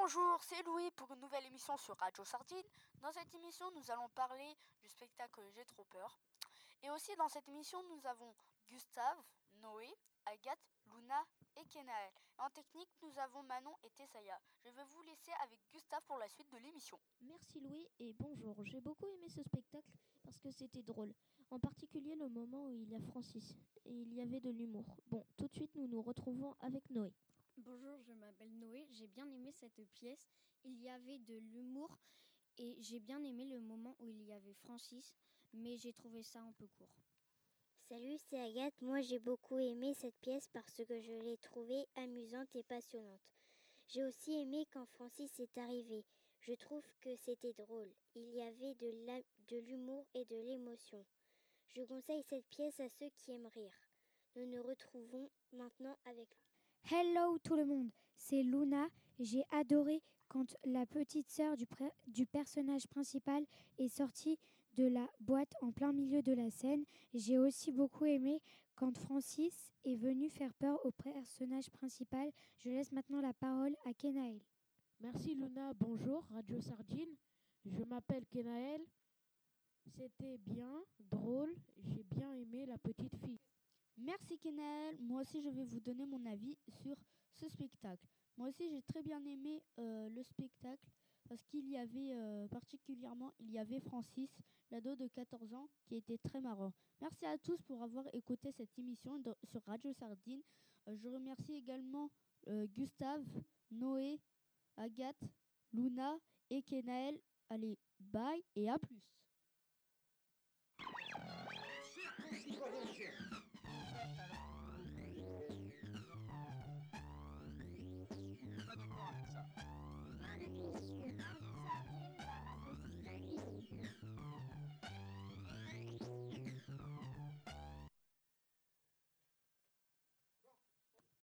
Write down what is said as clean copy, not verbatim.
Bonjour, c'est Louis pour une nouvelle émission sur Radio Sardine. Dans cette émission, nous allons parler du spectacle J'ai trop peur. Et aussi dans cette émission, nous avons Gustave, Noé, Agathe, Luna et Kenaël. Et en technique, nous avons Manon et Tessaya. Je vais vous laisser avec Gustave pour la suite de l'émission. Merci Louis et bonjour. J'ai beaucoup aimé ce spectacle parce que c'était drôle. En particulier le moment où il y a Francis. Et il y avait de l'humour. Bon, tout de suite nous nous retrouvons avec Noé. Bonjour, je m'appelle Noé. J'ai bien aimé cette pièce. Il y avait de l'humour et j'ai bien aimé le moment où il y avait Francis, mais j'ai trouvé ça un peu court. Salut, c'est Agathe. Moi, j'ai beaucoup aimé cette pièce parce que je l'ai trouvée amusante et passionnante. J'ai aussi aimé quand Francis est arrivé. Je trouve que c'était drôle. Il y avait de l'humour et de l'émotion. Je conseille cette pièce à ceux qui aiment rire. Nous nous retrouvons maintenant avec... Hello tout le monde, c'est Luna. J'ai adoré quand la petite sœur du personnage principal est sortie de la boîte en plein milieu de la scène. J'ai aussi beaucoup aimé quand Francis est venu faire peur au personnage principal. Je laisse maintenant la parole à Kenaël. Merci Luna, bonjour Radio Sardine. Je m'appelle Kenaël. C'était bien, drôle, j'ai bien aimé la petite fille. Merci Kenaël. Moi aussi, je vais vous donner mon avis sur ce spectacle. Moi aussi, j'ai très bien aimé le spectacle parce qu'il y avait particulièrement, il y avait Francis, l'ado de 14 ans, qui était très marrant. Merci à tous pour avoir écouté cette émission sur Radio Sardine. Je remercie également Gustave, Noé, Agathe, Luna et Kenaël. Allez, bye et à plus.